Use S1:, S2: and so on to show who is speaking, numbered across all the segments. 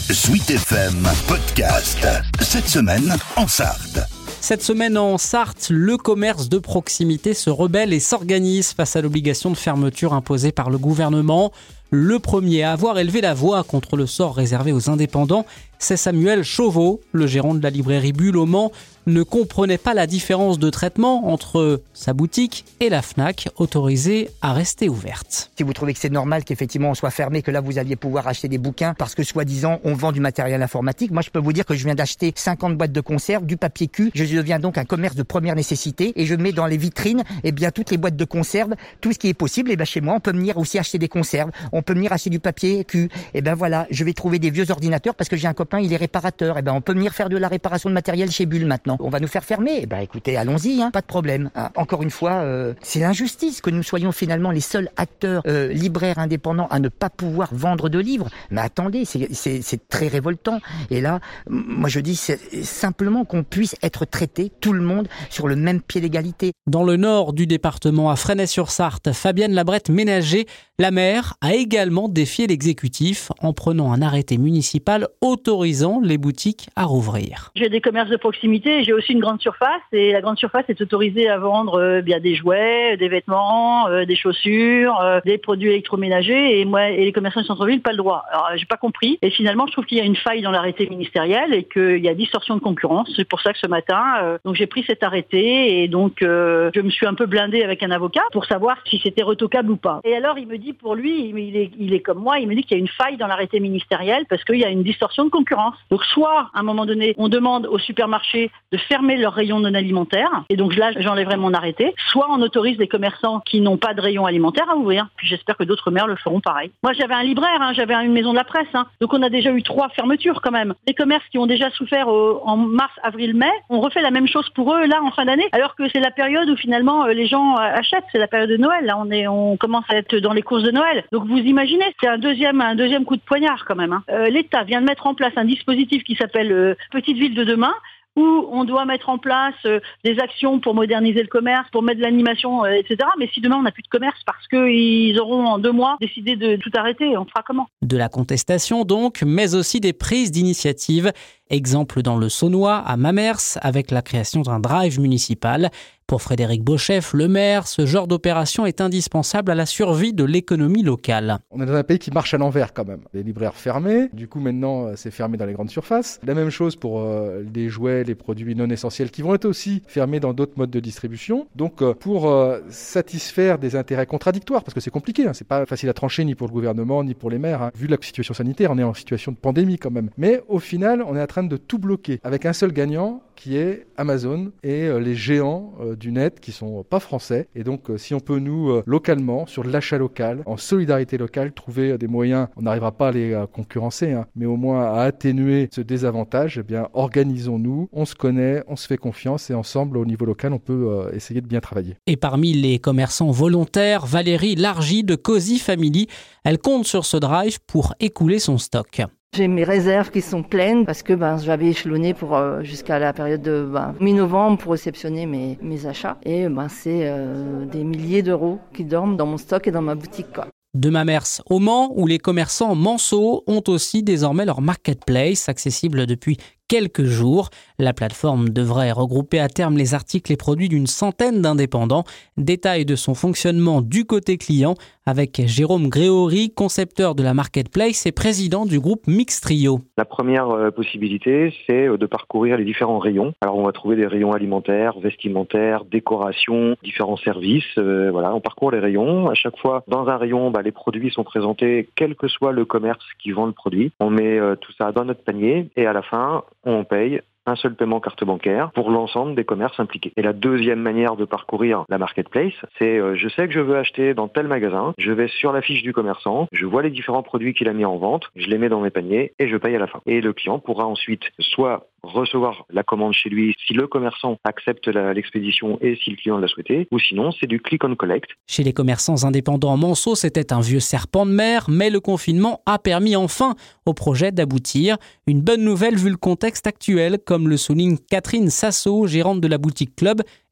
S1: Sweet FM Podcast. Cette semaine en Sarthe.
S2: Cette semaine en Sarthe, le commerce de proximité se rebelle et s'organise face à l'obligation de fermeture imposée par le gouvernement. Le premier à avoir élevé la voix contre le sort réservé aux indépendants, c'est Samuel Chauveau. Le gérant de la librairie Bulle au Mans ne comprenait pas la différence de traitement entre sa boutique et la Fnac, autorisée à rester ouverte.
S3: Si vous trouvez que c'est normal qu'effectivement on soit fermé, que là vous alliez pouvoir acheter des bouquins parce que soi-disant on vend du matériel informatique, moi je peux vous dire que je viens d'acheter 50 boîtes de conserve, du papier cul, je deviens donc un commerce de première nécessité et je mets dans les vitrines toutes les boîtes de conserve, tout ce qui est possible. Et chez moi on peut venir aussi acheter des conserves, on peut venir acheter du papier cul. Voilà, je vais trouver des vieux ordinateurs parce que j'ai un copain, il est réparateur. On peut venir faire de la réparation de matériel chez Bulle maintenant. On va nous faire fermer. Écoutez, allons-y, pas de problème. Encore une fois, c'est l'injustice que nous soyons finalement les seuls acteurs libraires indépendants à ne pas pouvoir vendre de livres. Mais attendez, c'est très révoltant. Et là, moi je dis c'est simplement qu'on puisse être traité, tout le monde, sur le même pied d'égalité.
S2: Dans le nord du département, à Fresnay-sur-Sarthe, Fabienne Labrette-Ménager, la maire, a également défié l'exécutif en prenant un arrêté municipal autorisant les boutiques à rouvrir.
S4: J'ai des commerces de proximité et j'ai aussi une grande surface. Et la grande surface est autorisée à vendre des jouets, des vêtements, des chaussures, des produits électroménagers. Et moi et les commerçants du centre-ville, pas le droit. Alors, j'ai pas compris. Et finalement, je trouve qu'il y a une faille dans l'arrêté ministériel et qu'il y a distorsion de concurrence. C'est pour ça que ce matin, donc j'ai pris cet arrêté et donc je me suis un peu blindée avec un avocat pour savoir si c'était retoquable ou pas. Et alors, il me dit pour lui, il est comme moi, il me dit qu'il y a une faille dans l'arrêté ministériel parce qu'il y a une distorsion de concurrence. Donc soit, à un moment donné, on demande aux supermarchés de fermer leurs rayons non alimentaires, et donc là, j'enlèverai mon arrêté, soit on autorise les commerçants qui n'ont pas de rayons alimentaires à ouvrir. Puis j'espère que d'autres maires le feront pareil. Moi, j'avais un libraire, j'avais une maison de la presse, donc on a déjà eu 3 fermetures quand même. Les commerces qui ont déjà souffert en mars, avril, mai, on refait la même chose pour eux là en fin d'année, alors que c'est la période où finalement les gens achètent, c'est la période de Noël. Là, on commence à être dans les courses de Noël. Donc vous imaginez, c'est un deuxième coup de poignard quand même. L'État vient de mettre en place un dispositif qui s'appelle Petite Ville de demain, où on doit mettre en place des actions pour moderniser le commerce, pour mettre de l'animation, etc. Mais si demain on n'a plus de commerce parce qu'ils auront en 2 mois décidé de tout arrêter, on fera comment ?
S2: De la contestation donc, mais aussi des prises d'initiative. Exemple dans le Saunois, à Mamers, avec la création d'un drive municipal. Pour Frédéric Beauchef, le maire, ce genre d'opération est indispensable à la survie de l'économie locale.
S5: On est dans un pays qui marche à l'envers quand même. Les libraires fermés, du coup maintenant c'est fermé dans les grandes surfaces. La même chose pour les jouets, les produits non essentiels qui vont être aussi fermés dans d'autres modes de distribution. Donc pour satisfaire des intérêts contradictoires, parce que c'est compliqué, c'est pas facile à trancher ni pour le gouvernement ni pour les maires. Vu la situation sanitaire, on est en situation de pandémie quand même. Mais au final, on est en train de tout bloquer avec un seul gagnant qui est Amazon et les géants du net qui sont pas français. Et donc si on peut nous localement, sur l'achat local, en solidarité locale, trouver des moyens, on n'arrivera pas à les concurrencer, mais au moins à atténuer ce désavantage, organisons-nous, on se connaît, on se fait confiance et ensemble au niveau local on peut essayer de bien travailler.
S2: Et parmi les commerçants volontaires, Valérie Largy de Cozy Family, elle compte sur ce drive pour écouler son stock.
S6: J'ai mes réserves qui sont pleines parce que j'avais échelonné pour jusqu'à la période de mi-novembre pour réceptionner mes achats. Et c'est des milliers d'euros qui dorment dans mon stock et dans ma boutique,
S2: De Mamers au Mans, où les commerçants manceaux ont aussi désormais leur marketplace accessible depuis quelques jours. La plateforme devrait regrouper à terme les articles et produits d'une centaine d'indépendants. Détail de son fonctionnement du côté client avec Jérôme Gréory, concepteur de la marketplace et président du groupe Mixtrio.
S7: La première possibilité, c'est de parcourir les différents rayons. Alors on va trouver des rayons alimentaires, vestimentaires, décoration, différents services. On parcourt les rayons. À chaque fois, dans un rayon, les produits sont présentés, quel que soit le commerce qui vend le produit. On met tout ça dans notre panier et à la fin, on paye un seul paiement carte bancaire pour l'ensemble des commerces impliqués. Et la deuxième manière de parcourir la marketplace, c'est je sais que je veux acheter dans tel magasin, je vais sur la fiche du commerçant, je vois les différents produits qu'il a mis en vente, je les mets dans mes paniers et je paye à la fin. Et le client pourra ensuite soit recevoir la commande chez lui si le commerçant accepte l'expédition et si le client l'a souhaité, ou sinon c'est du click and collect.
S2: Chez les commerçants indépendants manceaux, c'était un vieux serpent de mer, mais le confinement a permis enfin au projet d'aboutir. Une bonne nouvelle vu le contexte actuel, comme le souligne Catherine Sasso, gérante de la boutique Club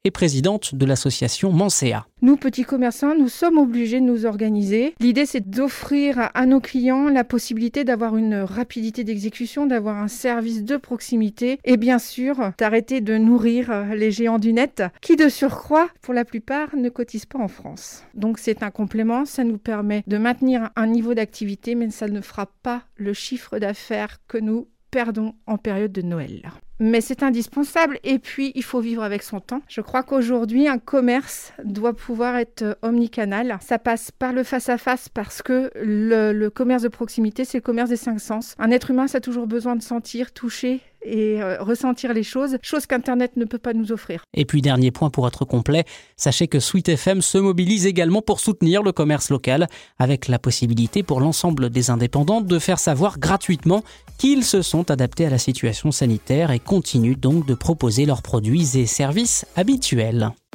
S2: est présidente de l'association Mancéa.
S8: Nous, petits commerçants, nous sommes obligés de nous organiser. L'idée, c'est d'offrir à nos clients la possibilité d'avoir une rapidité d'exécution, d'avoir un service de proximité et bien sûr, d'arrêter de nourrir les géants du net qui, de surcroît, pour la plupart, ne cotisent pas en France. Donc, c'est un complément. Ça nous permet de maintenir un niveau d'activité, mais ça ne fera pas le chiffre d'affaires que nous perdons en période de Noël. Mais c'est indispensable et puis il faut vivre avec son temps. Je crois qu'aujourd'hui, un commerce doit pouvoir être omnicanal. Ça passe par le face-à-face parce que le commerce de proximité, c'est le commerce des 5 sens. Un être humain, ça a toujours besoin de sentir, toucher et ressentir les choses qu'Internet ne peut pas nous offrir.
S2: Et puis dernier point pour être complet, sachez que Sweet FM se mobilise également pour soutenir le commerce local avec la possibilité pour l'ensemble des indépendants de faire savoir gratuitement qu'ils se sont adaptés à la situation sanitaire et continuent donc de proposer leurs produits et services habituels.